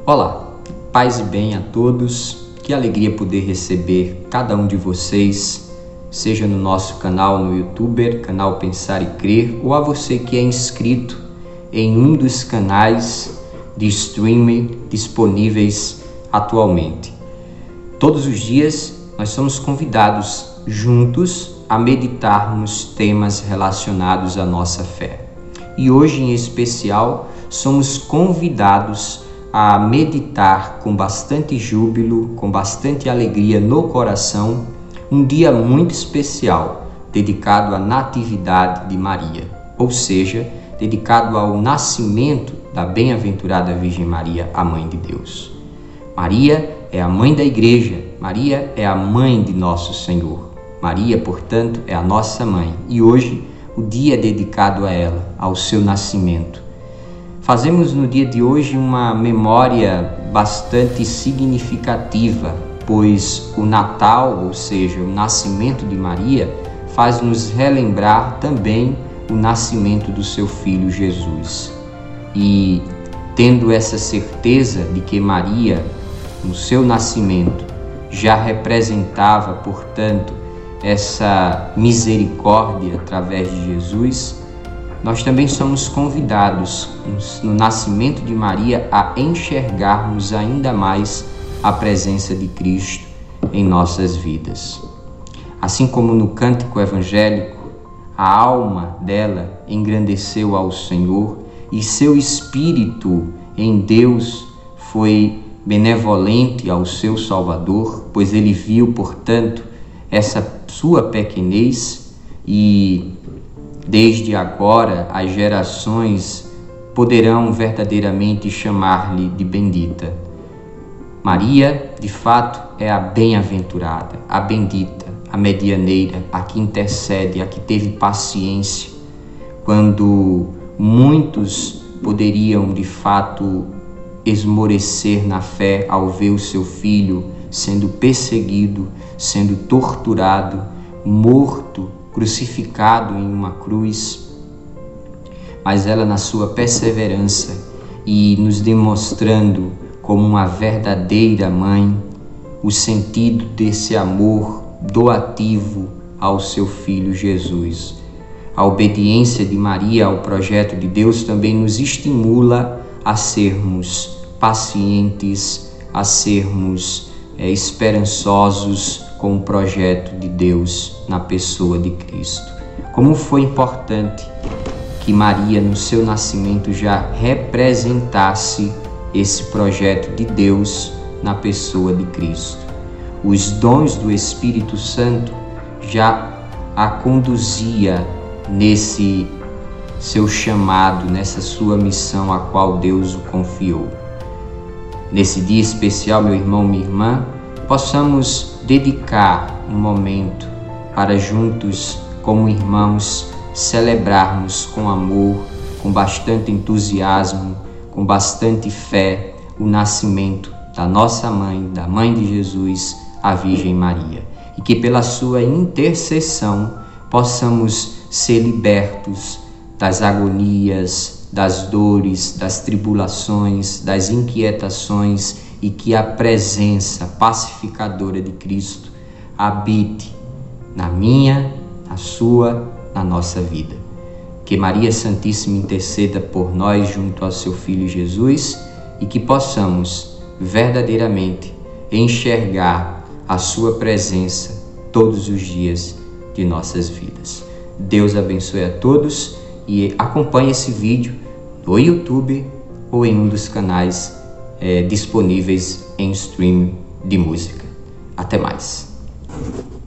Olá, paz e bem a todos, que alegria poder receber cada um de vocês, seja no nosso canal no YouTube, canal Pensar e Crer, ou a você que é inscrito em um dos canais de streaming disponíveis atualmente. Todos os dias nós somos convidados juntos a meditarmos temas relacionados à nossa fé. E hoje em especial somos convidados a meditar com bastante júbilo, com bastante alegria no coração, um dia muito especial dedicado à Natividade de Maria, ou seja, dedicado ao nascimento da bem-aventurada Virgem Maria, a Mãe de Deus. Maria é a mãe da Igreja, Maria é a mãe de nosso Senhor. Maria, portanto, é a nossa mãe e hoje o dia é dedicado a ela, ao seu nascimento. Fazemos no dia de hoje uma memória bastante significativa, pois o Natal, ou seja, o nascimento de Maria, faz-nos relembrar também o nascimento do seu Filho Jesus. E tendo essa certeza de que Maria, no seu nascimento, já representava, portanto, essa misericórdia através de Jesus, nós também somos convidados no nascimento de Maria a enxergarmos ainda mais a presença de Cristo em nossas vidas. Assim como no cântico evangélico, a alma dela engrandeceu ao Senhor e seu espírito em Deus foi benevolente ao seu Salvador, pois ele viu, portanto, essa sua pequenez e desde agora as gerações poderão verdadeiramente chamar-lhe de bendita. Maria, de fato, é a bem-aventurada, a bendita, a medianeira, a que intercede, a que teve paciência, quando muitos poderiam, de fato, esmorecer na fé ao ver o seu filho sendo perseguido, sendo torturado, morto, crucificado em uma cruz, mas ela na sua perseverança e nos demonstrando como uma verdadeira mãe o sentido desse amor doativo ao seu Filho Jesus. A obediência de Maria ao projeto de Deus também nos estimula a sermos pacientes, a sermos esperançosos com o projeto de Deus na pessoa de Cristo. Como foi importante que Maria, no seu nascimento, já representasse esse projeto de Deus na pessoa de Cristo. Os dons do Espírito Santo já a conduzia nesse seu chamado, nessa sua missão a qual Deus o confiou. Nesse dia especial, meu irmão, minha irmã, possamos dedicar um momento para juntos, como irmãos, celebrarmos com amor, com bastante entusiasmo, com bastante fé, o nascimento da nossa mãe, da Mãe de Jesus, a Virgem Maria. E que pela sua intercessão possamos ser libertos das agonias, das dores, das tribulações, das inquietações e que a presença pacificadora de Cristo habite na minha, na sua, na nossa vida. Que Maria Santíssima interceda por nós junto ao seu Filho Jesus e que possamos verdadeiramente enxergar a sua presença todos os dias de nossas vidas. Deus abençoe a todos e acompanhe esse vídeo no YouTube ou em um dos canais disponíveis em streaming de música. Até mais!